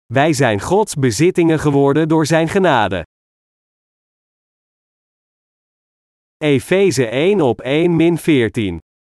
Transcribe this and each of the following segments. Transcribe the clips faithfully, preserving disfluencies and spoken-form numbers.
Wij zijn Gods bezittingen geworden door zijn genade. Efeze één op één veertien.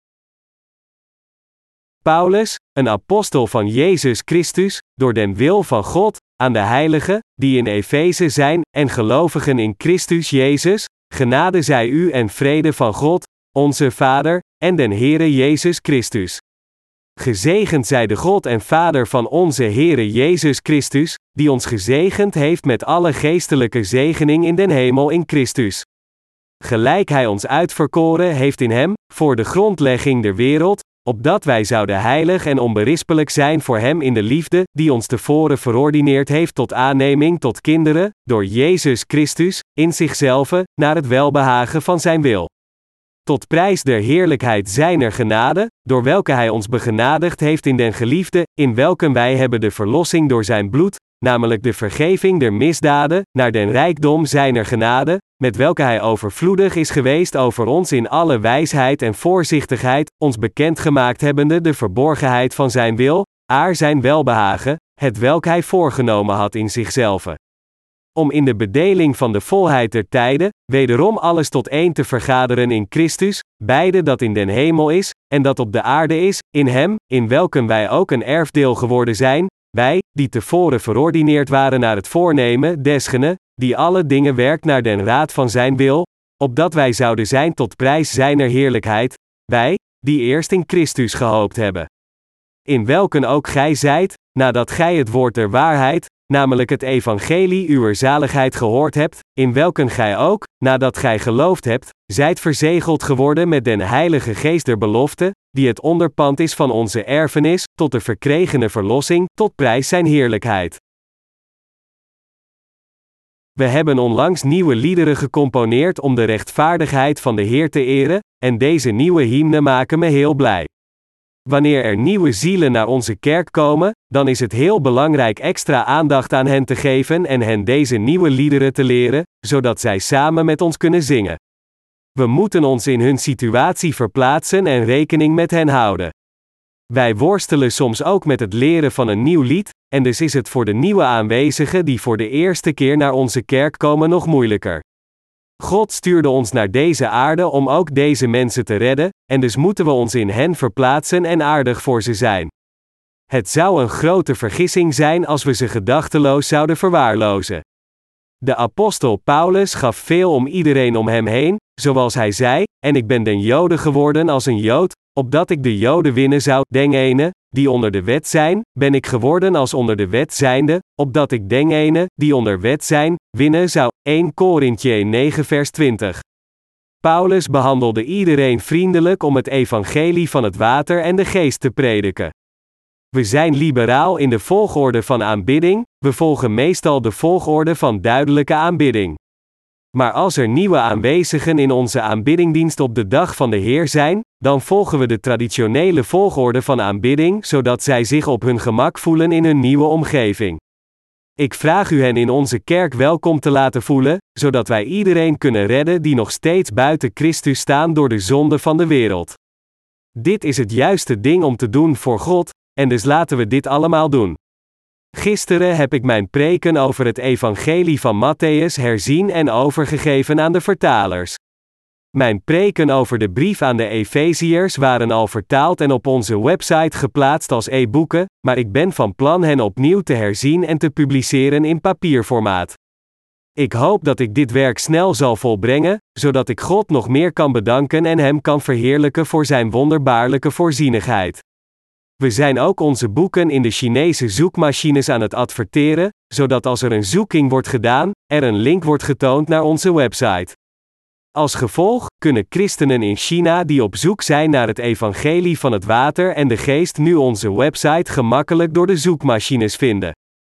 Paulus, een apostel van Jezus Christus, door den wil van God, aan de heiligen, die in Efeze zijn, en gelovigen in Christus Jezus, genade zij u en vrede van God, onze Vader, en den Heere Jezus Christus. Gezegend zij de God en Vader van onze Heere Jezus Christus, die ons gezegend heeft met alle geestelijke zegening in den hemel in Christus. Gelijk hij ons uitverkoren heeft in hem, voor de grondlegging der wereld, opdat wij zouden heilig en onberispelijk zijn voor hem in de liefde, die ons tevoren verordineerd heeft tot aanneming tot kinderen, door Jezus Christus, in zichzelve, naar het welbehagen van zijn wil. Tot prijs der heerlijkheid zijner genade, door welke hij ons begenadigd heeft in den geliefde, in welken wij hebben de verlossing door zijn bloed, namelijk de vergeving der misdaden, naar den rijkdom zijner genade, met welke hij overvloedig is geweest over ons in alle wijsheid en voorzichtigheid, ons bekendgemaakt hebbende de verborgenheid van zijn wil, aar zijn welbehagen, het welk hij voorgenomen had in zichzelve. Om in de bedeling van de volheid der tijden, wederom alles tot één te vergaderen in Christus, beide dat in den hemel is, en dat op de aarde is, in hem, in welken wij ook een erfdeel geworden zijn, wij, die tevoren verordineerd waren naar het voornemen desgene, die alle dingen werkt naar den raad van zijn wil, opdat wij zouden zijn tot prijs zijner heerlijkheid, wij, die eerst in Christus gehoopt hebben. In welken ook gij zijt, nadat gij het woord der waarheid, namelijk het evangelie uwer zaligheid gehoord hebt, in welken gij ook, nadat gij geloofd hebt, zijt verzegeld geworden met den heilige geest der belofte, die het onderpand is van onze erfenis, tot de verkregene verlossing, tot prijs zijn heerlijkheid. We hebben onlangs nieuwe liederen gecomponeerd om de rechtvaardigheid van de Heer te eren, en deze nieuwe hymnen maken me heel blij. Wanneer er nieuwe zielen naar onze kerk komen, dan is het heel belangrijk extra aandacht aan hen te geven en hen deze nieuwe liederen te leren, zodat zij samen met ons kunnen zingen. We moeten ons in hun situatie verplaatsen en rekening met hen houden. Wij worstelen soms ook met het leren van een nieuw lied, en dus is het voor de nieuwe aanwezigen die voor de eerste keer naar onze kerk komen nog moeilijker. God stuurde ons naar deze aarde om ook deze mensen te redden, en dus moeten we ons in hen verplaatsen en aardig voor ze zijn. Het zou een grote vergissing zijn als we ze gedachteloos zouden verwaarlozen. De apostel Paulus gaf veel om iedereen om hem heen, zoals hij zei, en ik ben den Joden geworden als een Jood, opdat ik de Joden winnen zou, dengene, die onder de wet zijn, ben ik geworden als onder de wet zijnde, opdat ik dengene, die onder wet zijn, winnen zou, eerste Korintiërs negen vers twintig. Paulus behandelde iedereen vriendelijk om het evangelie van het water en de geest te prediken. We zijn liberaal in de volgorde van aanbidding, we volgen meestal de volgorde van duidelijke aanbidding. Maar als er nieuwe aanwezigen in onze aanbiddingdienst op de dag van de Heer zijn, dan volgen we de traditionele volgorde van aanbidding, zodat zij zich op hun gemak voelen in hun nieuwe omgeving. Ik vraag u hen in onze kerk welkom te laten voelen, zodat wij iedereen kunnen redden die nog steeds buiten Christus staan door de zonde van de wereld. Dit is het juiste ding om te doen voor God, en dus laten we dit allemaal doen. Gisteren heb ik mijn preken over het evangelie van Mattheüs herzien en overgegeven aan de vertalers. Mijn preken over de brief aan de Efeziërs waren al vertaald en op onze website geplaatst als e-boeken, maar ik ben van plan hen opnieuw te herzien en te publiceren in papierformaat. Ik hoop dat ik dit werk snel zal volbrengen, zodat ik God nog meer kan bedanken en hem kan verheerlijken voor zijn wonderbaarlijke voorzienigheid. We zijn ook onze boeken in de Chinese zoekmachines aan het adverteren, zodat als er een zoeking wordt gedaan, er een link wordt getoond naar onze website. Als gevolg, kunnen christenen in China die op zoek zijn naar het evangelie van het water en de geest nu onze website gemakkelijk door de zoekmachines vinden.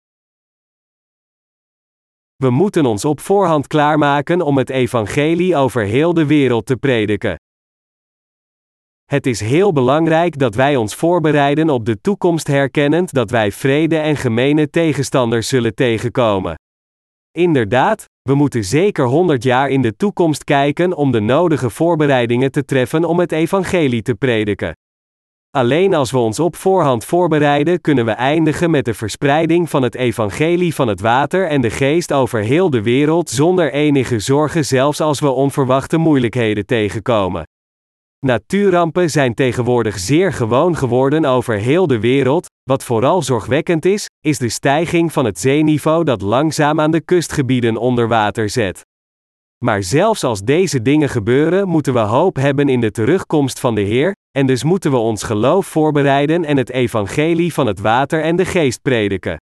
We moeten ons op voorhand klaarmaken om het evangelie over heel de wereld te prediken. Het is heel belangrijk dat wij ons voorbereiden op de toekomst, herkennend dat wij wrede en gemene tegenstanders zullen tegenkomen. Inderdaad, we moeten zeker honderd jaar in de toekomst kijken om de nodige voorbereidingen te treffen om het evangelie te prediken. Alleen als we ons op voorhand voorbereiden, kunnen we eindigen met de verspreiding van het evangelie van het water en de geest over heel de wereld zonder enige zorgen, zelfs als we onverwachte moeilijkheden tegenkomen. Natuurrampen zijn tegenwoordig zeer gewoon geworden over heel de wereld. Wat vooral zorgwekkend is, is de stijging van het zeeniveau dat langzaam aan de kustgebieden onder water zet. Maar zelfs als deze dingen gebeuren, moeten we hoop hebben in de terugkomst van de Heer, en dus moeten we ons geloof voorbereiden en het evangelie van het water en de geest prediken.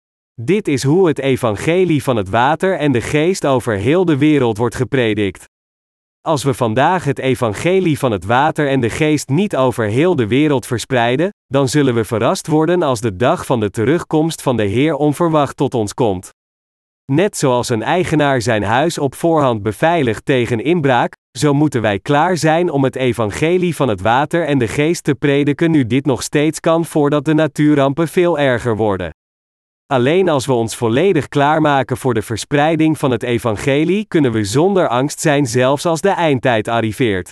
Dit is hoe het evangelie van het water en de geest over heel de wereld wordt gepredikt. Als we vandaag het evangelie van het water en de geest niet over heel de wereld verspreiden, dan zullen we verrast worden als de dag van de terugkomst van de Heer onverwacht tot ons komt. Net zoals een eigenaar zijn huis op voorhand beveiligt tegen inbraak, zo moeten wij klaar zijn om het evangelie van het water en de geest te prediken nu dit nog steeds kan voordat de natuurrampen veel erger worden. Alleen als we ons volledig klaarmaken voor de verspreiding van het evangelie kunnen we zonder angst zijn zelfs als de eindtijd arriveert.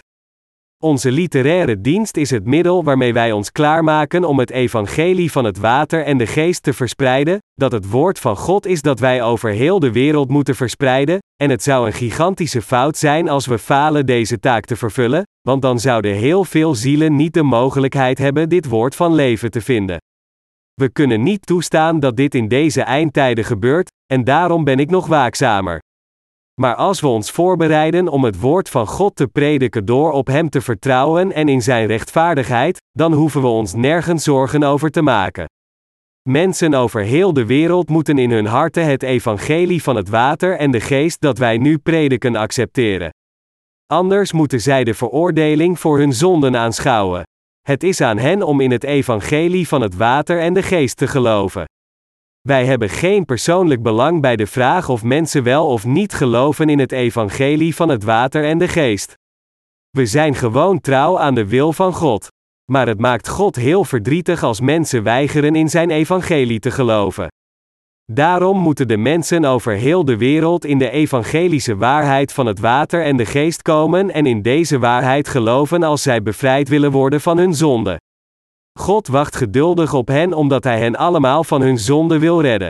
Onze literaire dienst is het middel waarmee wij ons klaarmaken om het evangelie van het water en de geest te verspreiden, dat het woord van God is dat wij over heel de wereld moeten verspreiden, en het zou een gigantische fout zijn als we falen deze taak te vervullen, want dan zouden heel veel zielen niet de mogelijkheid hebben dit woord van leven te vinden. We kunnen niet toestaan dat dit in deze eindtijden gebeurt, en daarom ben ik nog waakzamer. Maar als we ons voorbereiden om het woord van God te prediken door op Hem te vertrouwen en in Zijn rechtvaardigheid, dan hoeven we ons nergens zorgen over te maken. Mensen over heel de wereld moeten in hun harten het evangelie van het water en de geest dat wij nu prediken accepteren. Anders moeten zij de veroordeling voor hun zonden aanschouwen. Het is aan hen om in het evangelie van het water en de geest te geloven. Wij hebben geen persoonlijk belang bij de vraag of mensen wel of niet geloven in het evangelie van het water en de geest. We zijn gewoon trouw aan de wil van God. Maar het maakt God heel verdrietig als mensen weigeren in zijn evangelie te geloven. Daarom moeten de mensen over heel de wereld in de evangelische waarheid van het water en de geest komen en in deze waarheid geloven als zij bevrijd willen worden van hun zonde. God wacht geduldig op hen omdat Hij hen allemaal van hun zonde wil redden.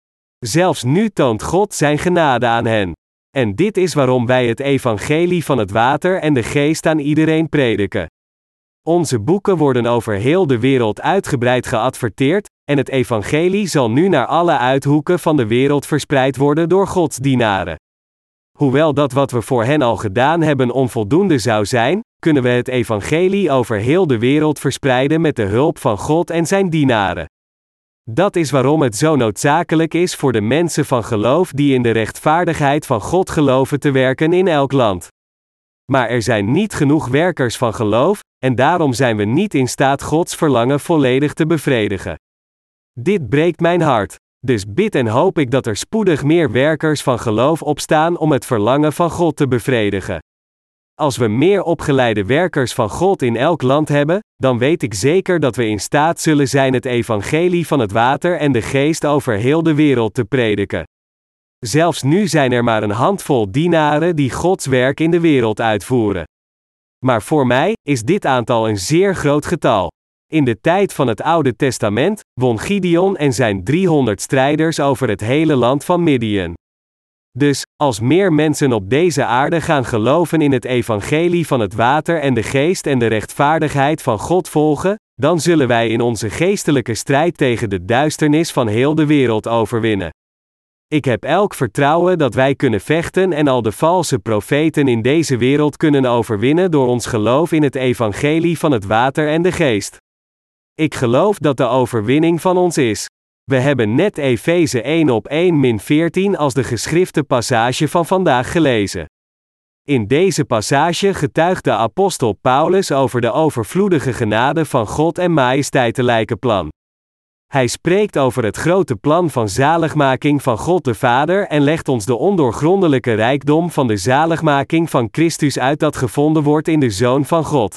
Zelfs nu toont God zijn genade aan hen. En dit is waarom wij het evangelie van het water en de geest aan iedereen prediken. Onze boeken worden over heel de wereld uitgebreid geadverteerd, en het evangelie zal nu naar alle uithoeken van de wereld verspreid worden door Gods dienaren. Hoewel dat wat we voor hen al gedaan hebben onvoldoende zou zijn, kunnen we het evangelie over heel de wereld verspreiden met de hulp van God en zijn dienaren. Dat is waarom het zo noodzakelijk is voor de mensen van geloof die in de rechtvaardigheid van God geloven te werken in elk land. Maar er zijn niet genoeg werkers van geloof, en daarom zijn we niet in staat Gods verlangen volledig te bevredigen. Dit breekt mijn hart. Dus bid en hoop ik dat er spoedig meer werkers van geloof opstaan om het verlangen van God te bevredigen. Als we meer opgeleide werkers van God in elk land hebben, dan weet ik zeker dat we in staat zullen zijn het evangelie van het water en de geest over heel de wereld te prediken. Zelfs nu zijn er maar een handvol dienaren die Gods werk in de wereld uitvoeren. Maar voor mij is dit aantal een zeer groot getal. In de tijd van het Oude Testament won Gideon en zijn driehonderd strijders over het hele land van Midian. Dus, als meer mensen op deze aarde gaan geloven in het evangelie van het water en de geest en de rechtvaardigheid van God volgen, dan zullen wij in onze geestelijke strijd tegen de duisternis van heel de wereld overwinnen. Ik heb elk vertrouwen dat wij kunnen vechten en al de valse profeten in deze wereld kunnen overwinnen door ons geloof in het evangelie van het water en de geest. Ik geloof dat de overwinning van ons is. We hebben net Efeze één op één veertien als de geschrifte passage van vandaag gelezen. In deze passage getuigt de apostel Paulus over de overvloedige genade van God en majesteitelijke plan. Hij spreekt over het grote plan van zaligmaking van God de Vader en legt ons de ondoorgrondelijke rijkdom van de zaligmaking van Christus uit dat gevonden wordt in de Zoon van God.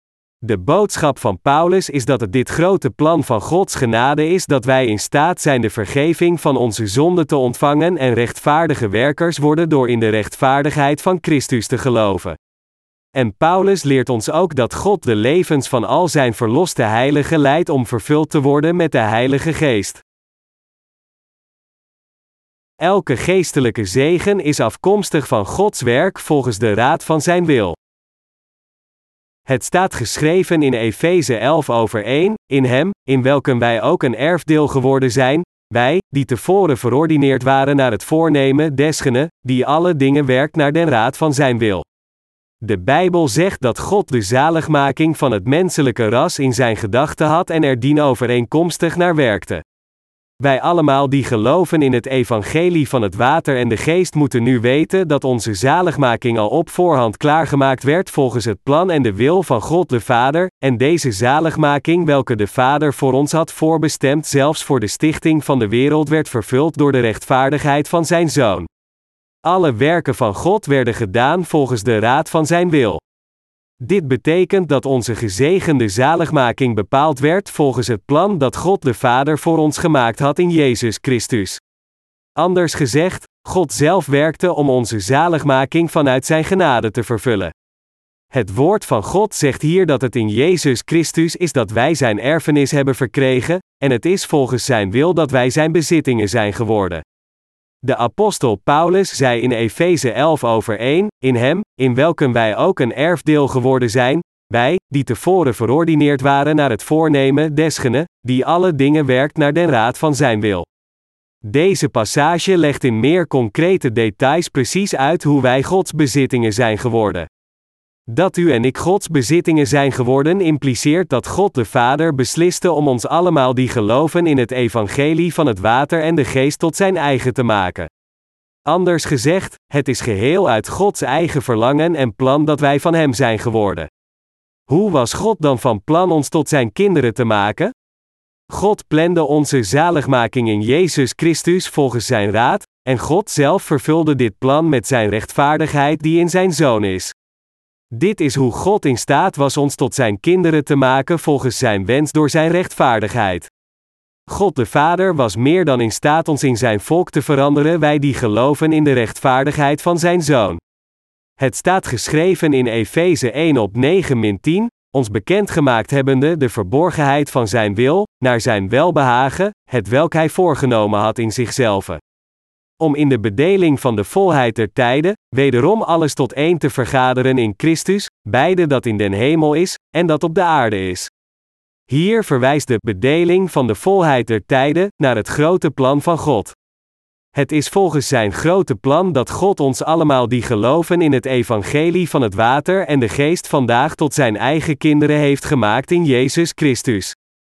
De boodschap van Paulus is dat het dit grote plan van Gods genade is dat wij in staat zijn de vergeving van onze zonden te ontvangen en rechtvaardige werkers worden door in de rechtvaardigheid van Christus te geloven. En Paulus leert ons ook dat God de levens van al zijn verloste heiligen leidt om vervuld te worden met de Heilige Geest. Elke geestelijke zegen is afkomstig van Gods werk volgens de raad van zijn wil. Het staat geschreven in Efeze elf over één, in hem, in welken wij ook een erfdeel geworden zijn, wij, die tevoren verordineerd waren naar het voornemen desgene, die alle dingen werkt naar den raad van zijn wil. De Bijbel zegt dat God de zaligmaking van het menselijke ras in zijn gedachten had en er dienovereenkomstig naar werkte. Wij allemaal die geloven in het evangelie van het water en de geest moeten nu weten dat onze zaligmaking al op voorhand klaargemaakt werd volgens het plan en de wil van God de Vader, en deze zaligmaking welke de Vader voor ons had voorbestemd zelfs voor de stichting van de wereld werd vervuld door de rechtvaardigheid van zijn Zoon. Alle werken van God werden gedaan volgens de raad van zijn wil. Dit betekent dat onze gezegende zaligmaking bepaald werd volgens het plan dat God de Vader voor ons gemaakt had in Jezus Christus. Anders gezegd, God zelf werkte om onze zaligmaking vanuit zijn genade te vervullen. Het woord van God zegt hier dat het in Jezus Christus is dat wij zijn erfenis hebben verkregen, en het is volgens zijn wil dat wij zijn bezittingen zijn geworden. De apostel Paulus zei in Efeze elf over één, in hem, in welken wij ook een erfdeel geworden zijn, wij, die tevoren verordineerd waren naar het voornemen desgene, die alle dingen werkt naar den raad van zijn wil. Deze passage legt in meer concrete details precies uit hoe wij Gods bezittingen zijn geworden. Dat u en ik Gods bezittingen zijn geworden impliceert dat God de Vader besliste om ons allemaal die geloven in het evangelie van het water en de geest tot zijn eigen te maken. Anders gezegd, het is geheel uit Gods eigen verlangen en plan dat wij van hem zijn geworden. Hoe was God dan van plan ons tot zijn kinderen te maken? God plande onze zaligmaking in Jezus Christus volgens zijn raad, en God zelf vervulde dit plan met zijn rechtvaardigheid die in zijn Zoon is. Dit is hoe God in staat was ons tot zijn kinderen te maken volgens zijn wens door zijn rechtvaardigheid. God de Vader was meer dan in staat ons in zijn volk te veranderen, wij die geloven in de rechtvaardigheid van zijn Zoon. Het staat geschreven in Efeze één op negen tien, ons bekendgemaakt hebbende de verborgenheid van zijn wil, naar zijn welbehagen, het welk hij voorgenomen had in zichzelve. Om in de bedeling van de volheid der tijden, wederom alles tot één te vergaderen in Christus, beide dat in den hemel is, en dat op de aarde is. Hier verwijst de bedeling van de volheid der tijden naar het grote plan van God. Het is volgens zijn grote plan dat God ons allemaal die geloven in het evangelie van het water en de geest vandaag tot zijn eigen kinderen heeft gemaakt in Jezus Christus.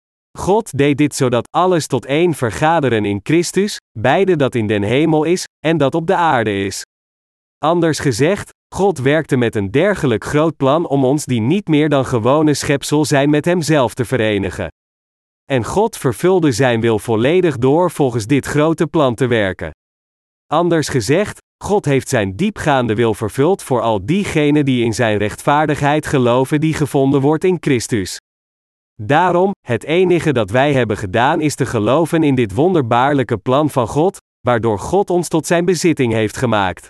God deed dit zodat alles tot één vergaderen in Christus, beide dat in den hemel is, en dat op de aarde is. Anders gezegd, God werkte met een dergelijk groot plan om ons die niet meer dan gewone schepsel zijn met hemzelf te verenigen. En God vervulde zijn wil volledig door volgens dit grote plan te werken. Anders gezegd, God heeft zijn diepgaande wil vervuld voor al diegenen die in zijn rechtvaardigheid geloven die gevonden wordt in Christus. Daarom, het enige dat wij hebben gedaan is te geloven in dit wonderbaarlijke plan van God, waardoor God ons tot zijn bezitting heeft gemaakt.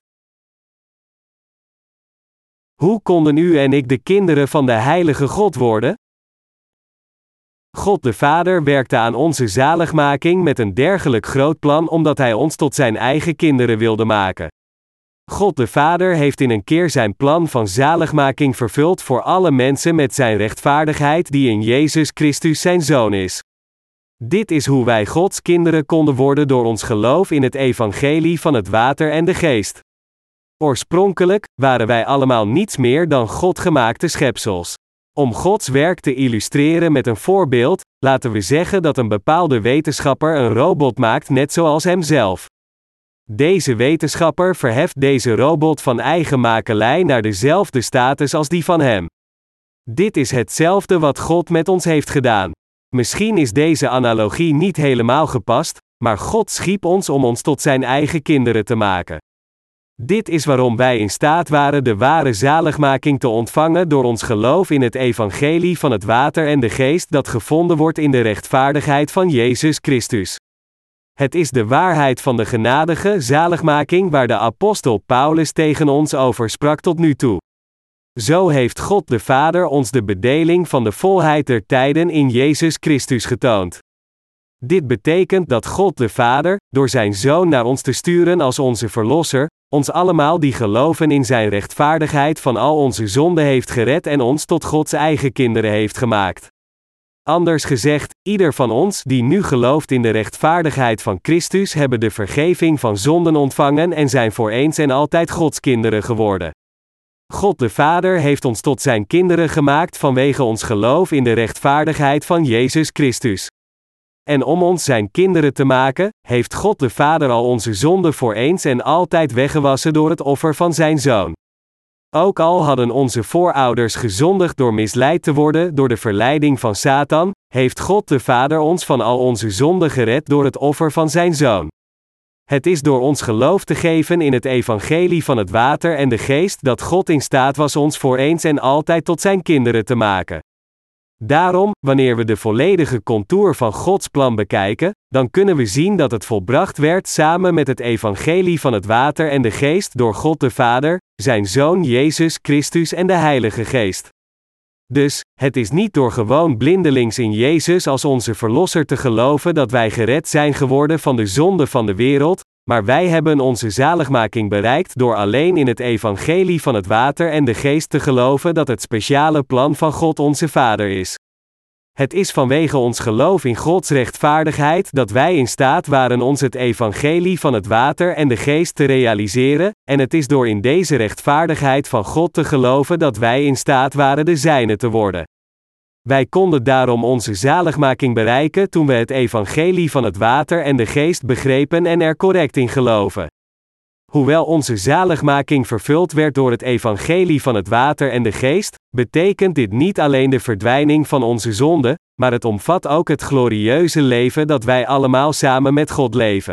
Hoe konden u en ik de kinderen van de heilige God worden? God de Vader werkte aan onze zaligmaking met een dergelijk groot plan omdat hij ons tot zijn eigen kinderen wilde maken. God de Vader heeft in een keer zijn plan van zaligmaking vervuld voor alle mensen met zijn rechtvaardigheid die in Jezus Christus zijn Zoon is. Dit is hoe wij Gods kinderen konden worden door ons geloof in het evangelie van het water en de geest. Oorspronkelijk waren wij allemaal niets meer dan God gemaakte schepsels. Om Gods werk te illustreren met een voorbeeld, laten we zeggen dat een bepaalde wetenschapper een robot maakt net zoals hemzelf. Deze wetenschapper verheft deze robot van eigen makelij naar dezelfde status als die van hem. Dit is hetzelfde wat God met ons heeft gedaan. Misschien is deze analogie niet helemaal gepast, maar God schiep ons om ons tot zijn eigen kinderen te maken. Dit is waarom wij in staat waren de ware zaligmaking te ontvangen door ons geloof in het evangelie van het water en de geest dat gevonden wordt in de rechtvaardigheid van Jezus Christus. Het is de waarheid van de genadige zaligmaking waar de apostel Paulus tegen ons over sprak tot nu toe. Zo heeft God de Vader ons de bedeling van de volheid der tijden in Jezus Christus getoond. Dit betekent dat God de Vader, door zijn Zoon naar ons te sturen als onze Verlosser, ons allemaal die geloven in zijn rechtvaardigheid van al onze zonden heeft gered en ons tot Gods eigen kinderen heeft gemaakt. Anders gezegd, ieder van ons die nu gelooft in de rechtvaardigheid van Christus hebben de vergeving van zonden ontvangen en zijn voor eens en altijd Gods kinderen geworden. God de Vader heeft ons tot zijn kinderen gemaakt vanwege ons geloof in de rechtvaardigheid van Jezus Christus. En om ons zijn kinderen te maken, heeft God de Vader al onze zonden voor eens en altijd weggewassen door het offer van zijn Zoon. Ook al hadden onze voorouders gezondigd door misleid te worden door de verleiding van Satan, heeft God de Vader ons van al onze zonden gered door het offer van zijn Zoon. Het is door ons geloof te geven in het evangelie van het water en de geest dat God in staat was ons voor eens en altijd tot zijn kinderen te maken. Daarom, wanneer we de volledige contour van Gods plan bekijken, dan kunnen we zien dat het volbracht werd samen met het evangelie van het water en de geest door God de Vader, zijn Zoon Jezus Christus en de Heilige Geest. Dus, het is niet door gewoon blindelings in Jezus als onze Verlosser te geloven dat wij gered zijn geworden van de zonde van de wereld, maar wij hebben onze zaligmaking bereikt door alleen in het evangelie van het water en de geest te geloven dat het speciale plan van God onze Vader is. Het is vanwege ons geloof in Gods rechtvaardigheid dat wij in staat waren ons het evangelie van het water en de geest te realiseren, en het is door in deze rechtvaardigheid van God te geloven dat wij in staat waren de zijne te worden. Wij konden daarom onze zaligmaking bereiken toen we het evangelie van het water en de geest begrepen en er correct in geloven. Hoewel onze zaligmaking vervuld werd door het evangelie van het water en de geest, betekent dit niet alleen de verdwijning van onze zonde, maar het omvat ook het glorieuze leven dat wij allemaal samen met God leven.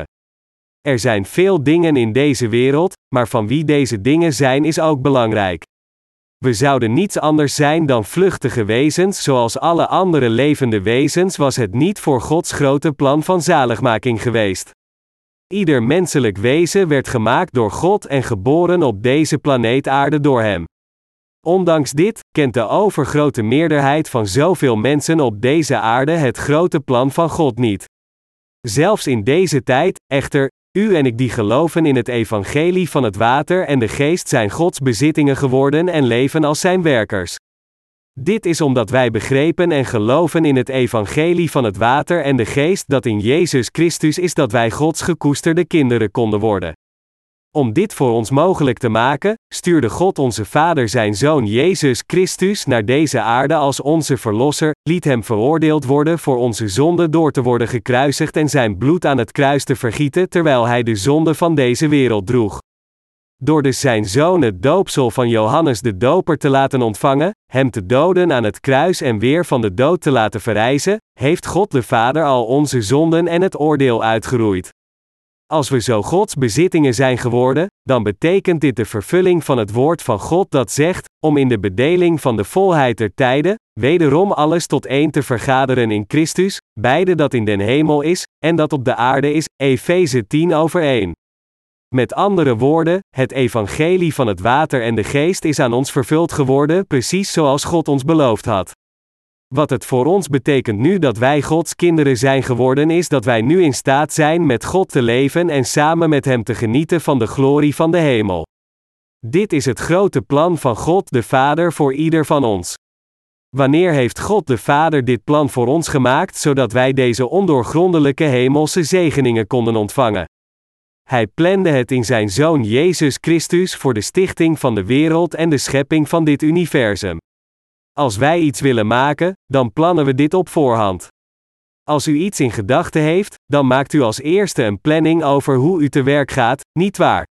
Er zijn veel dingen in deze wereld, maar van wie deze dingen zijn is ook belangrijk. We zouden niets anders zijn dan vluchtige wezens zoals alle andere levende wezens was het niet voor Gods grote plan van zaligmaking geweest. Ieder menselijk wezen werd gemaakt door God en geboren op deze planeet aarde door hem. Ondanks dit, kent de overgrote meerderheid van zoveel mensen op deze aarde het grote plan van God niet. Zelfs in deze tijd, echter, u en ik die geloven in het evangelie van het water en de geest zijn Gods bezittingen geworden en leven als zijn werkers. Dit is omdat wij begrepen en geloven in het evangelie van het water en de geest dat in Jezus Christus is dat wij Gods gekoesterde kinderen konden worden. Om dit voor ons mogelijk te maken, stuurde God onze Vader zijn Zoon Jezus Christus naar deze aarde als onze Verlosser, liet hem veroordeeld worden voor onze zonde door te worden gekruisigd en zijn bloed aan het kruis te vergieten terwijl hij de zonde van deze wereld droeg. Door dus zijn Zoon het doopsel van Johannes de Doper te laten ontvangen, hem te doden aan het kruis en weer van de dood te laten verrijzen, heeft God de Vader al onze zonden en het oordeel uitgeroeid. Als we zo Gods bezittingen zijn geworden, dan betekent dit de vervulling van het woord van God dat zegt, om in de bedeling van de volheid der tijden, wederom alles tot één te vergaderen in Christus, beide dat in den hemel is, en dat op de aarde is, Efeze tien over één. Met andere woorden, het evangelie van het water en de geest is aan ons vervuld geworden precies zoals God ons beloofd had. Wat het voor ons betekent nu dat wij Gods kinderen zijn geworden is dat wij nu in staat zijn met God te leven en samen met Hem te genieten van de glorie van de hemel. Dit is het grote plan van God de Vader voor ieder van ons. Wanneer heeft God de Vader dit plan voor ons gemaakt zodat wij deze ondoorgrondelijke hemelse zegeningen konden ontvangen? Hij plande het in zijn Zoon Jezus Christus voor de stichting van de wereld en de schepping van dit universum. Als wij iets willen maken, dan plannen we dit op voorhand. Als u iets in gedachten heeft, dan maakt u als eerste een planning over hoe u te werk gaat, nietwaar?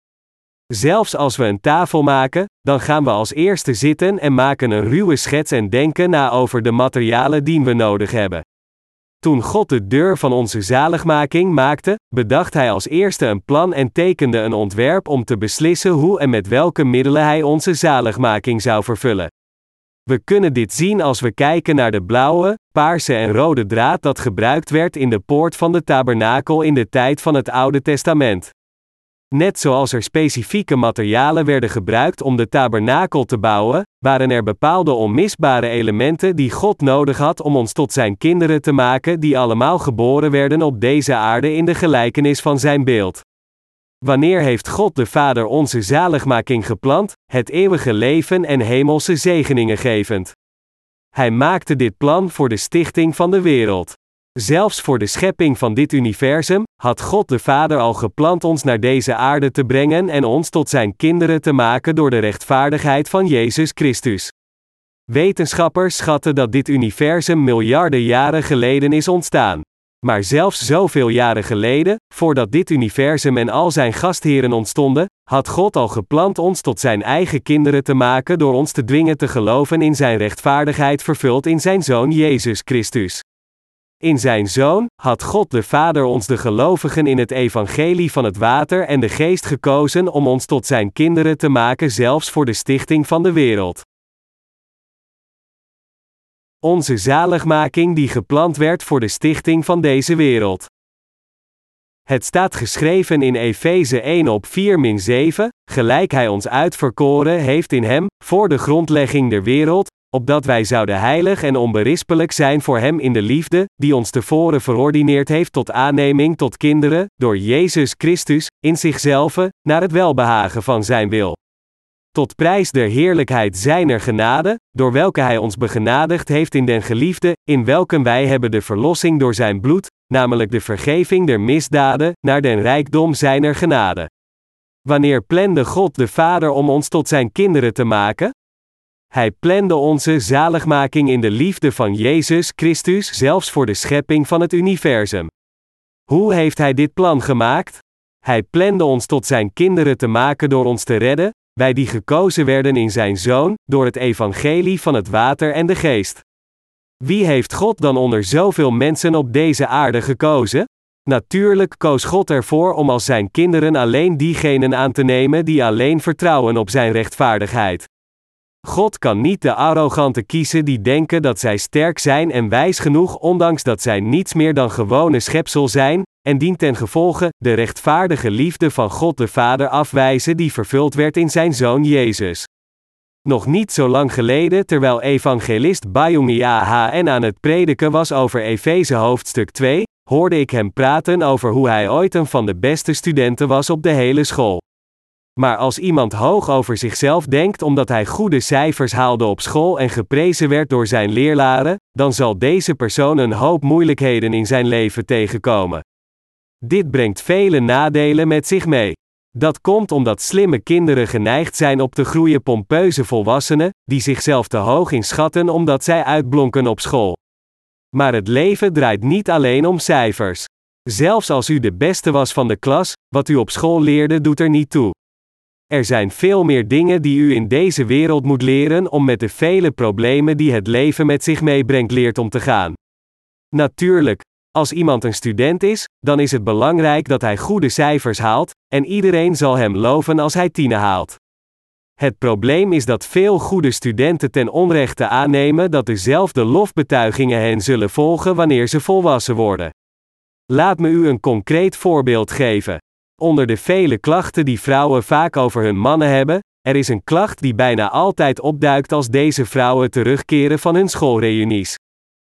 Zelfs als we een tafel maken, dan gaan we als eerste zitten en maken een ruwe schets en denken na over de materialen die we nodig hebben. Toen God de deur van onze zaligmaking maakte, bedacht Hij als eerste een plan en tekende een ontwerp om te beslissen hoe en met welke middelen Hij onze zaligmaking zou vervullen. We kunnen dit zien als we kijken naar de blauwe, paarse en rode draad dat gebruikt werd in de poort van de tabernakel in de tijd van het Oude Testament. Net zoals er specifieke materialen werden gebruikt om de tabernakel te bouwen, waren er bepaalde onmisbare elementen die God nodig had om ons tot zijn kinderen te maken, die allemaal geboren werden op deze aarde in de gelijkenis van zijn beeld. Wanneer heeft God de Vader onze zaligmaking gepland, het eeuwige leven en hemelse zegeningen gevend? Hij maakte dit plan voor de stichting van de wereld. Zelfs voor de schepping van dit universum, had God de Vader al gepland ons naar deze aarde te brengen en ons tot zijn kinderen te maken door de rechtvaardigheid van Jezus Christus. Wetenschappers schatten dat dit universum miljarden jaren geleden is ontstaan. Maar zelfs zoveel jaren geleden, voordat dit universum en al zijn gastheren ontstonden, had God al gepland ons tot zijn eigen kinderen te maken door ons te dwingen te geloven in zijn rechtvaardigheid vervuld in zijn Zoon Jezus Christus. In zijn Zoon had God de Vader ons de gelovigen in het evangelie van het water en de geest gekozen om ons tot zijn kinderen te maken zelfs voor de stichting van de wereld. Onze zaligmaking die gepland werd voor de stichting van deze wereld. Het staat geschreven in Efeze één op vier zeven, gelijk hij ons uitverkoren heeft in hem, voor de grondlegging der wereld, opdat wij zouden heilig en onberispelijk zijn voor hem in de liefde, die ons tevoren verordineerd heeft tot aanneming tot kinderen, door Jezus Christus, in zichzelf, naar het welbehagen van zijn wil. Tot prijs der heerlijkheid zijner genade, door welke hij ons begenadigd heeft in den geliefde, in welken wij hebben de verlossing door zijn bloed, namelijk de vergeving der misdaden, naar den rijkdom zijner genade. Wanneer plande God de Vader om ons tot zijn kinderen te maken? Hij plande onze zaligmaking in de liefde van Jezus Christus zelfs voor de schepping van het universum. Hoe heeft hij dit plan gemaakt? Hij plande ons tot zijn kinderen te maken door ons te redden, wij die gekozen werden in zijn Zoon, door het evangelie van het water en de geest. Wie heeft God dan onder zoveel mensen op deze aarde gekozen? Natuurlijk koos God ervoor om als zijn kinderen alleen diegenen aan te nemen die alleen vertrouwen op zijn rechtvaardigheid. God kan niet de arroganten kiezen die denken dat zij sterk zijn en wijs genoeg ondanks dat zij niets meer dan gewone schepsel zijn, en dientengevolge de rechtvaardige liefde van God de Vader afwijzen die vervuld werd in zijn Zoon Jezus. Nog niet zo lang geleden terwijl evangelist Bayung A H N aan het prediken was over Efeze hoofdstuk twee, hoorde ik hem praten over hoe hij ooit een van de beste studenten was op de hele school. Maar als iemand hoog over zichzelf denkt omdat hij goede cijfers haalde op school en geprezen werd door zijn leraren, dan zal deze persoon een hoop moeilijkheden in zijn leven tegenkomen. Dit brengt vele nadelen met zich mee. Dat komt omdat slimme kinderen geneigd zijn op te groeien pompeuze volwassenen, die zichzelf te hoog inschatten omdat zij uitblonken op school. Maar het leven draait niet alleen om cijfers. Zelfs als u de beste was van de klas, wat u op school leerde doet er niet toe. Er zijn veel meer dingen die u in deze wereld moet leren om met de vele problemen die het leven met zich meebrengt leert om te gaan. Natuurlijk, als iemand een student is, dan is het belangrijk dat hij goede cijfers haalt, en iedereen zal hem loven als hij tienen haalt. Het probleem is dat veel goede studenten ten onrechte aannemen dat dezelfde lofbetuigingen hen zullen volgen wanneer ze volwassen worden. Laat me u een concreet voorbeeld geven. Onder de vele klachten die vrouwen vaak over hun mannen hebben, er is een klacht die bijna altijd opduikt als deze vrouwen terugkeren van hun schoolreunies.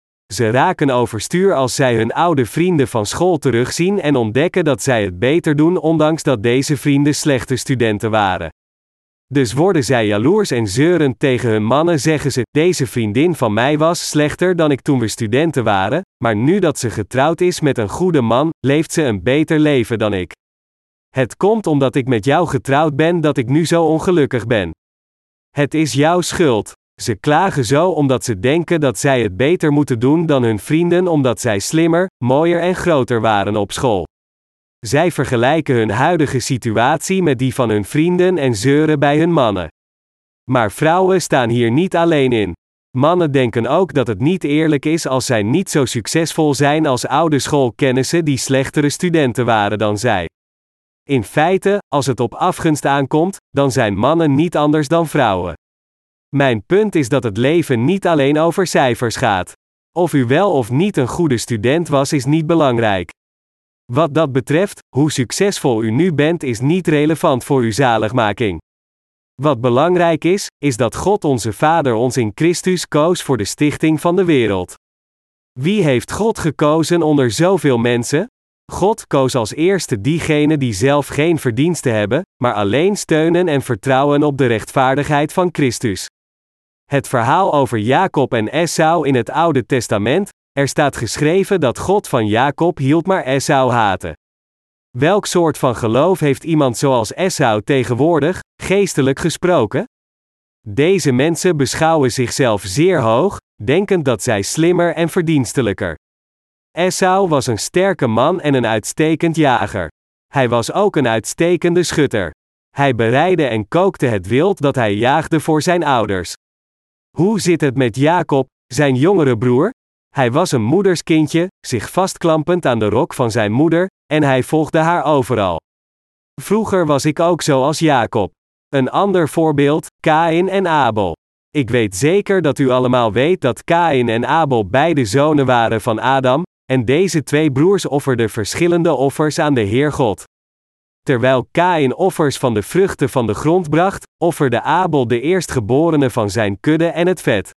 Ze raken overstuur als zij hun oude vrienden van school terugzien en ontdekken dat zij het beter doen ondanks dat deze vrienden slechte studenten waren. Dus worden zij jaloers en zeurend tegen hun mannen zeggen ze, deze vriendin van mij was slechter dan ik toen we studenten waren, maar nu dat ze getrouwd is met een goede man, leeft ze een beter leven dan ik. Het komt omdat ik met jou getrouwd ben dat ik nu zo ongelukkig ben. Het is jouw schuld. Ze klagen zo omdat ze denken dat zij het beter moeten doen dan hun vrienden omdat zij slimmer, mooier en groter waren op school. Zij vergelijken hun huidige situatie met die van hun vrienden en zeuren bij hun mannen. Maar vrouwen staan hier niet alleen in. Mannen denken ook dat het niet eerlijk is als zij niet zo succesvol zijn als oude schoolkennissen die slechtere studenten waren dan zij. In feite, als het op afgunst aankomt, dan zijn mannen niet anders dan vrouwen. Mijn punt is dat het leven niet alleen over cijfers gaat. Of u wel of niet een goede student was is niet belangrijk. Wat dat betreft, hoe succesvol u nu bent is niet relevant voor uw zaligmaking. Wat belangrijk is, is dat God onze Vader ons in Christus koos voor de stichting van de wereld. Wie heeft God gekozen onder zoveel mensen? God koos als eerste diegenen die zelf geen verdiensten hebben, maar alleen steunen en vertrouwen op de rechtvaardigheid van Christus. Het verhaal over Jacob en Esau in het Oude Testament, er staat geschreven dat God van Jacob hield maar Esau haatte. Welk soort van geloof heeft iemand zoals Esau tegenwoordig, geestelijk gesproken? Deze mensen beschouwen zichzelf zeer hoog, denkend dat zij slimmer en verdienstelijker. Esau was een sterke man en een uitstekend jager. Hij was ook een uitstekende schutter. Hij bereidde en kookte het wild dat hij jaagde voor zijn ouders. Hoe zit het met Jacob, zijn jongere broer? Hij was een moederskindje, zich vastklampend aan de rok van zijn moeder, en hij volgde haar overal. Vroeger was ik ook zoals Jacob. Een ander voorbeeld, Kaïn en Abel. Ik weet zeker dat u allemaal weet dat Kaïn en Abel beide zonen waren van Adam, en deze twee broers offerden verschillende offers aan de Heer God. Terwijl Kaïn offers van de vruchten van de grond bracht, offerde Abel de eerstgeborene van zijn kudde en het vet.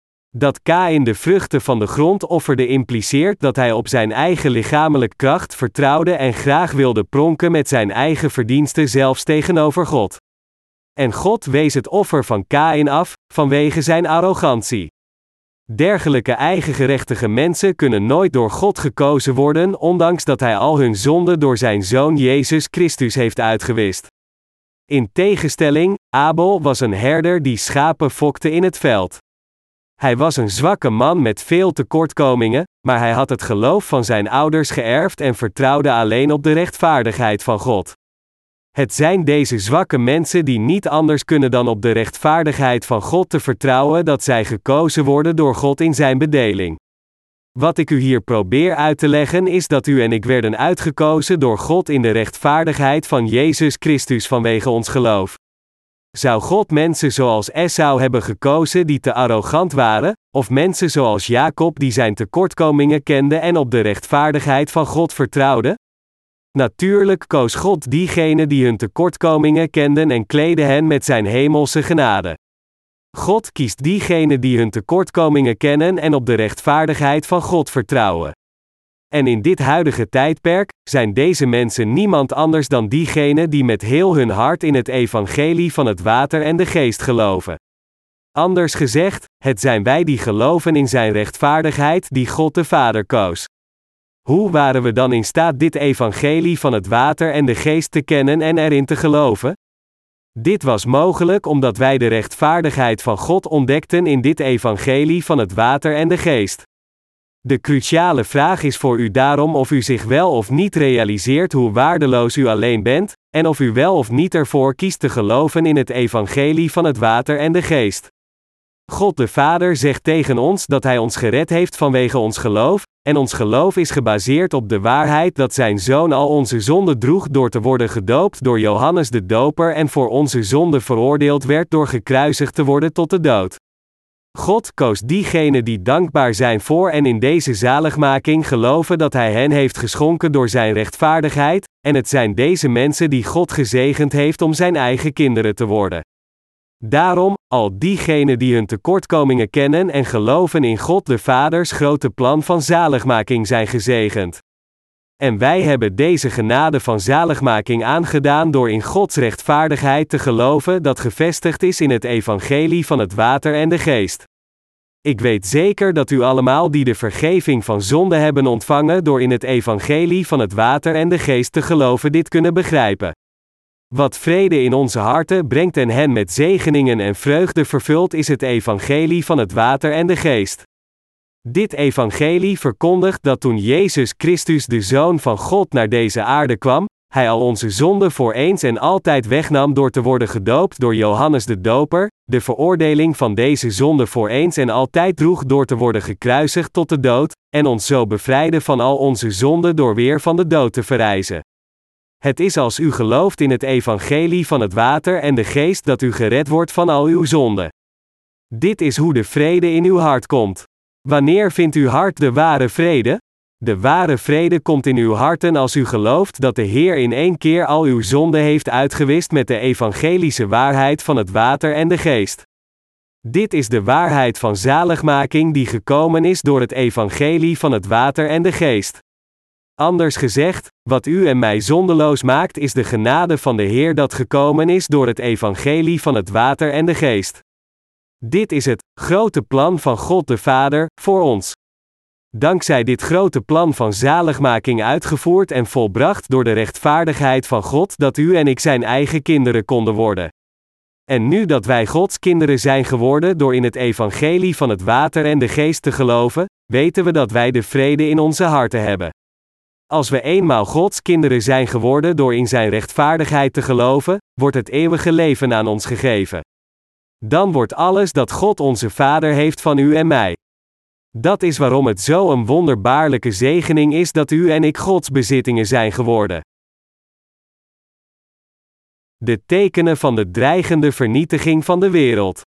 Dat Kaïn de vruchten van de grond offerde impliceert dat hij op zijn eigen lichamelijke kracht vertrouwde en graag wilde pronken met zijn eigen verdiensten zelfs tegenover God. En God wees het offer van Kaïn af, vanwege zijn arrogantie. Dergelijke eigengerechtige mensen kunnen nooit door God gekozen worden, ondanks dat hij al hun zonden door zijn Zoon Jezus Christus heeft uitgewist. In tegenstelling, Abel was een herder die schapen fokte in het veld. Hij was een zwakke man met veel tekortkomingen, maar hij had het geloof van zijn ouders geërfd en vertrouwde alleen op de rechtvaardigheid van God. Het zijn deze zwakke mensen die niet anders kunnen dan op de rechtvaardigheid van God te vertrouwen dat zij gekozen worden door God in zijn bedeling. Wat ik u hier probeer uit te leggen is dat u en ik werden uitgekozen door God in de rechtvaardigheid van Jezus Christus vanwege ons geloof. Zou God mensen zoals Esau hebben gekozen die te arrogant waren, of mensen zoals Jacob die zijn tekortkomingen kende en op de rechtvaardigheid van God vertrouwde? Natuurlijk koos God diegenen die hun tekortkomingen kenden en kleedde hen met zijn hemelse genade. God kiest diegenen die hun tekortkomingen kennen en op de rechtvaardigheid van God vertrouwen. En in dit huidige tijdperk zijn deze mensen niemand anders dan diegenen die met heel hun hart in het evangelie van het water en de geest geloven. Anders gezegd, het zijn wij die geloven in zijn rechtvaardigheid die God de Vader koos. Hoe waren we dan in staat dit evangelie van het water en de geest te kennen en erin te geloven? Dit was mogelijk omdat wij de rechtvaardigheid van God ontdekten in dit evangelie van het water en de geest. De cruciale vraag is voor u daarom of u zich wel of niet realiseert hoe waardeloos u alleen bent, en of u wel of niet ervoor kiest te geloven in het evangelie van het water en de geest. God de Vader zegt tegen ons dat Hij ons gered heeft vanwege ons geloof, en ons geloof is gebaseerd op de waarheid dat Zijn Zoon al onze zonden droeg door te worden gedoopt door Johannes de Doper en voor onze zonden veroordeeld werd door gekruisigd te worden tot de dood. God koos diegenen die dankbaar zijn voor en in deze zaligmaking geloven dat Hij hen heeft geschonken door Zijn rechtvaardigheid, en het zijn deze mensen die God gezegend heeft om Zijn eigen kinderen te worden. Daarom, al diegenen die hun tekortkomingen kennen en geloven in God de Vaders grote plan van zaligmaking zijn gezegend. En wij hebben deze genade van zaligmaking aangedaan door in Gods rechtvaardigheid te geloven dat gevestigd is in het evangelie van het water en de geest. Ik weet zeker dat u allemaal die de vergeving van zonde hebben ontvangen door in het evangelie van het water en de geest te geloven dit kunnen begrijpen. Wat vrede in onze harten brengt en hen met zegeningen en vreugde vervult is het evangelie van het water en de geest. Dit evangelie verkondigt dat toen Jezus Christus de Zoon van God naar deze aarde kwam, Hij al onze zonden voor eens en altijd wegnam door te worden gedoopt door Johannes de Doper, de veroordeling van deze zonde voor eens en altijd droeg door te worden gekruisigd tot de dood, en ons zo bevrijdde van al onze zonden door weer van de dood te verrijzen. Het is als u gelooft in het evangelie van het water en de geest dat u gered wordt van al uw zonden. Dit is hoe de vrede in uw hart komt. Wanneer vindt uw hart de ware vrede? De ware vrede komt in uw harten als u gelooft dat de Heer in één keer al uw zonden heeft uitgewist met de evangelische waarheid van het water en de geest. Dit is de waarheid van zaligmaking die gekomen is door het evangelie van het water en de geest. Anders gezegd, wat u en mij zondeloos maakt is de genade van de Heer dat gekomen is door het evangelie van het water en de geest. Dit is het grote plan van God de Vader voor ons. Dankzij dit grote plan van zaligmaking uitgevoerd en volbracht door de rechtvaardigheid van God dat u en ik zijn eigen kinderen konden worden. En nu dat wij Gods kinderen zijn geworden door in het evangelie van het water en de geest te geloven, weten we dat wij de vrede in onze harten hebben. Als we eenmaal Gods kinderen zijn geworden door in zijn rechtvaardigheid te geloven, wordt het eeuwige leven aan ons gegeven. Dan wordt alles dat God onze Vader heeft van u en mij. Dat is waarom het zo een wonderbaarlijke zegening is dat u en ik Gods bezittingen zijn geworden. De tekenen van de dreigende vernietiging van de wereld.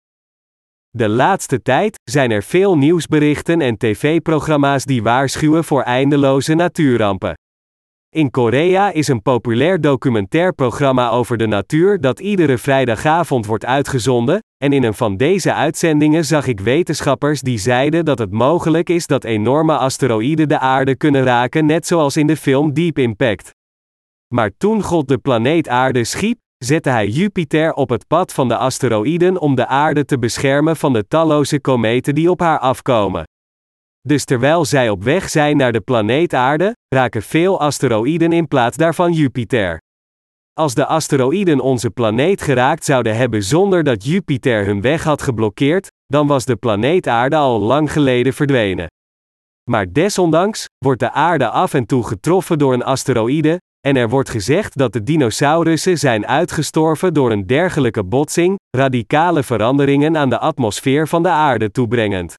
De laatste tijd zijn er veel nieuwsberichten en tv-programma's die waarschuwen voor eindeloze natuurrampen. In Korea is een populair documentair programma over de natuur dat iedere vrijdagavond wordt uitgezonden, en in een van deze uitzendingen zag ik wetenschappers die zeiden dat het mogelijk is dat enorme asteroïden de aarde kunnen raken, net zoals in de film Deep Impact. Maar toen God de planeet Aarde schiep, zette hij Jupiter op het pad van de asteroïden om de aarde te beschermen van de talloze kometen die op haar afkomen. Dus terwijl zij op weg zijn naar de planeet Aarde, raken veel asteroïden in plaats daarvan Jupiter. Als de asteroïden onze planeet geraakt zouden hebben zonder dat Jupiter hun weg had geblokkeerd, dan was de planeet Aarde al lang geleden verdwenen. Maar desondanks wordt de aarde af en toe getroffen door een asteroïde, en er wordt gezegd dat de dinosaurussen zijn uitgestorven door een dergelijke botsing, radicale veranderingen aan de atmosfeer van de aarde toebrengend.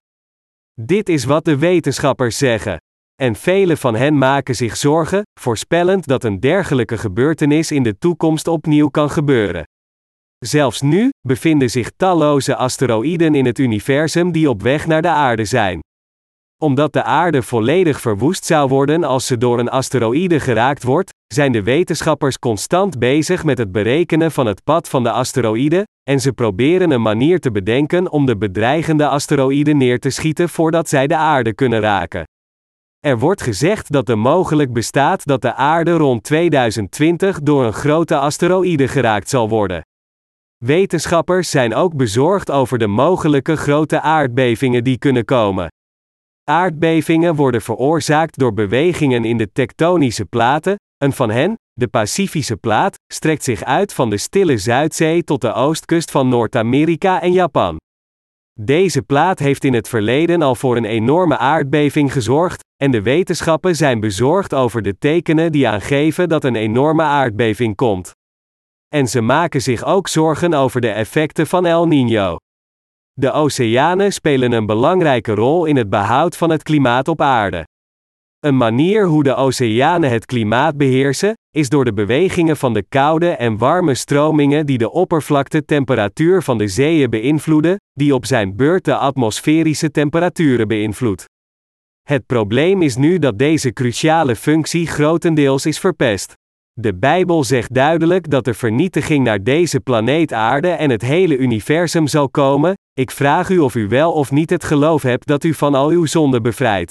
Dit is wat de wetenschappers zeggen. En velen van hen maken zich zorgen, voorspellend dat een dergelijke gebeurtenis in de toekomst opnieuw kan gebeuren. Zelfs nu bevinden zich talloze asteroïden in het universum die op weg naar de aarde zijn. Omdat de aarde volledig verwoest zou worden als ze door een asteroïde geraakt wordt, zijn de wetenschappers constant bezig met het berekenen van het pad van de asteroïde, en ze proberen een manier te bedenken om de bedreigende asteroïden neer te schieten voordat zij de aarde kunnen raken. Er wordt gezegd dat er mogelijk bestaat dat de aarde rond tweeduizend twintig door een grote asteroïde geraakt zal worden. Wetenschappers zijn ook bezorgd over de mogelijke grote aardbevingen die kunnen komen. Aardbevingen worden veroorzaakt door bewegingen in de tektonische platen. Een van hen, de Pacifische plaat, strekt zich uit van de Stille Zuidzee tot de oostkust van Noord-Amerika en Japan. Deze plaat heeft in het verleden al voor een enorme aardbeving gezorgd, en de wetenschappen zijn bezorgd over de tekenen die aangeven dat een enorme aardbeving komt. En ze maken zich ook zorgen over de effecten van El Niño. De oceanen spelen een belangrijke rol in het behoud van het klimaat op aarde. Een manier hoe de oceanen het klimaat beheersen, is door de bewegingen van de koude en warme stromingen die de oppervlaktetemperatuur van de zeeën beïnvloeden, die op zijn beurt de atmosferische temperaturen beïnvloedt. Het probleem is nu dat deze cruciale functie grotendeels is verpest. De Bijbel zegt duidelijk dat de vernietiging naar deze planeet Aarde en het hele universum zal komen. Ik vraag u of u wel of niet het geloof hebt dat u van al uw zonden bevrijdt.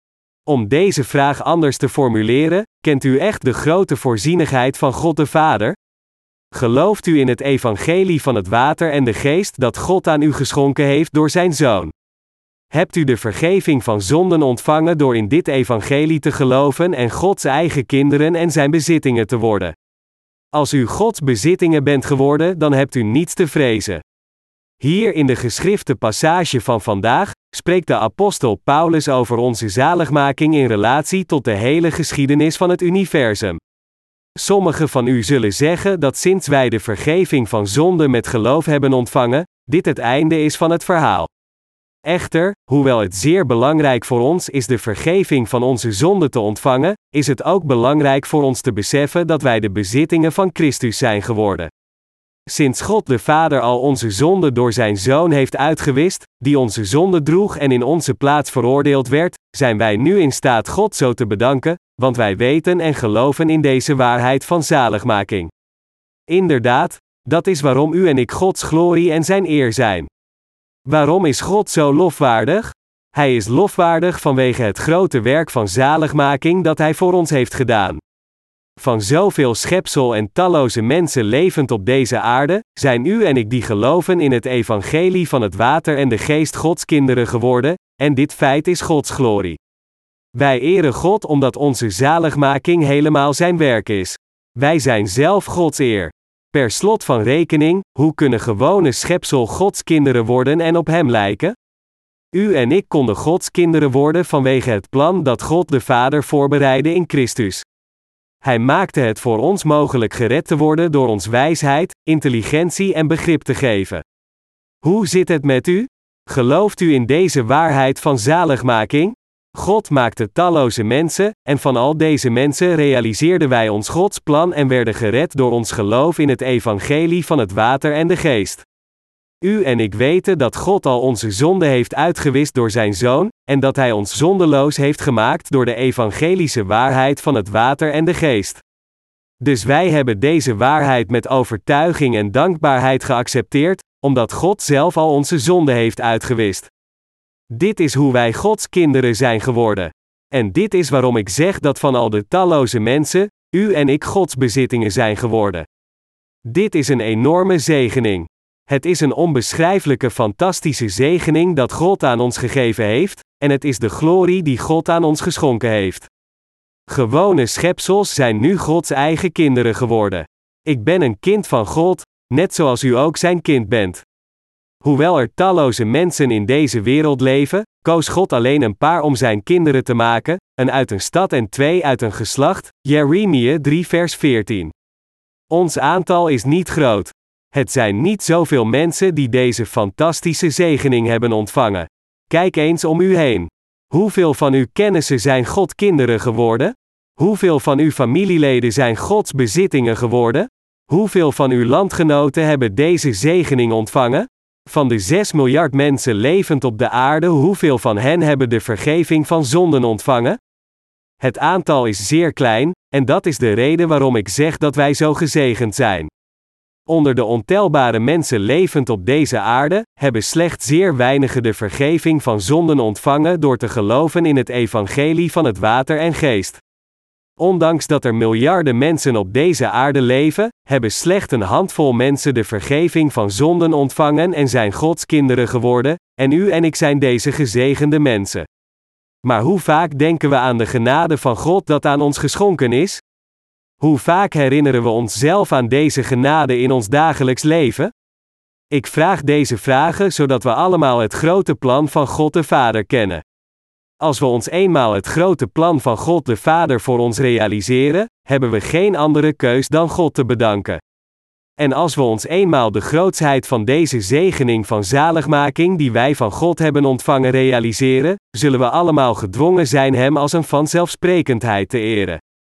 Om deze vraag anders te formuleren, kent u echt de grote voorzienigheid van God de Vader? Gelooft u in het evangelie van het water en de geest dat God aan u geschonken heeft door zijn Zoon? Hebt u de vergeving van zonden ontvangen door in dit evangelie te geloven en Gods eigen kinderen en zijn bezittingen te worden? Als u Gods bezittingen bent geworden, dan hebt u niets te vrezen. Hier in de geschrifte passage van vandaag, spreekt de apostel Paulus over onze zaligmaking in relatie tot de hele geschiedenis van het universum. Sommigen van u zullen zeggen dat sinds wij de vergeving van zonde met geloof hebben ontvangen, dit het einde is van het verhaal. Echter, hoewel het zeer belangrijk voor ons is de vergeving van onze zonden te ontvangen, is het ook belangrijk voor ons te beseffen dat wij de bezittingen van Christus zijn geworden. Sinds God de Vader al onze zonden door zijn Zoon heeft uitgewist, die onze zonde droeg en in onze plaats veroordeeld werd, zijn wij nu in staat God zo te bedanken, want wij weten en geloven in deze waarheid van zaligmaking. Inderdaad, dat is waarom u en ik Gods glorie en zijn eer zijn. Waarom is God zo lofwaardig? Hij is lofwaardig vanwege het grote werk van zaligmaking dat hij voor ons heeft gedaan. Van zoveel schepsel en talloze mensen levend op deze aarde, zijn u en ik die geloven in het evangelie van het water en de geest Gods kinderen geworden, en dit feit is Gods glorie. Wij eren God omdat onze zaligmaking helemaal zijn werk is. Wij zijn zelf Gods eer. Per slot van rekening, hoe kunnen gewone schepsel Gods kinderen worden en op hem lijken? U en ik konden Gods kinderen worden vanwege het plan dat God de Vader voorbereidde in Christus. Hij maakte het voor ons mogelijk gered te worden door ons wijsheid, intelligentie en begrip te geven. Hoe zit het met u? Gelooft u in deze waarheid van zaligmaking? God maakte talloze mensen, en van al deze mensen realiseerden wij ons Gods plan en werden gered door ons geloof in het evangelie van het water en de geest. U en ik weten dat God al onze zonde heeft uitgewist door zijn Zoon, en dat hij ons zondeloos heeft gemaakt door de evangelische waarheid van het water en de geest. Dus wij hebben deze waarheid met overtuiging en dankbaarheid geaccepteerd, omdat God zelf al onze zonde heeft uitgewist. Dit is hoe wij Gods kinderen zijn geworden. En dit is waarom ik zeg dat van al de talloze mensen, u en ik Gods bezittingen zijn geworden. Dit is een enorme zegening. Het is een onbeschrijfelijke fantastische zegening dat God aan ons gegeven heeft, en het is de glorie die God aan ons geschonken heeft. Gewone schepsels zijn nu Gods eigen kinderen geworden. Ik ben een kind van God, net zoals u ook zijn kind bent. Hoewel er talloze mensen in deze wereld leven, koos God alleen een paar om zijn kinderen te maken, een uit een stad en twee uit een geslacht, Jeremia drie vers veertien. Ons aantal is niet groot. Het zijn niet zoveel mensen die deze fantastische zegening hebben ontvangen. Kijk eens om u heen. Hoeveel van uw kennissen zijn God kinderen geworden? Hoeveel van uw familieleden zijn Gods bezittingen geworden? Hoeveel van uw landgenoten hebben deze zegening ontvangen? Van de zes miljard mensen levend op de aarde, hoeveel van hen hebben de vergeving van zonden ontvangen? Het aantal is zeer klein, en dat is de reden waarom ik zeg dat wij zo gezegend zijn. Onder de ontelbare mensen levend op deze aarde, hebben slechts zeer weinigen de vergeving van zonden ontvangen door te geloven in het evangelie van het water en geest. Ondanks dat er miljarden mensen op deze aarde leven, hebben slechts een handvol mensen de vergeving van zonden ontvangen en zijn Gods kinderen geworden, en u en ik zijn deze gezegende mensen. Maar hoe vaak denken we aan de genade van God dat aan ons geschonken is? Hoe vaak herinneren we onszelf aan deze genade in ons dagelijks leven? Ik vraag deze vragen zodat we allemaal het grote plan van God de Vader kennen. Als we ons eenmaal het grote plan van God de Vader voor ons realiseren, hebben we geen andere keus dan God te bedanken. En als we ons eenmaal de grootsheid van deze zegening van zaligmaking die wij van God hebben ontvangen realiseren, zullen we allemaal gedwongen zijn Hem als een vanzelfsprekendheid te eren.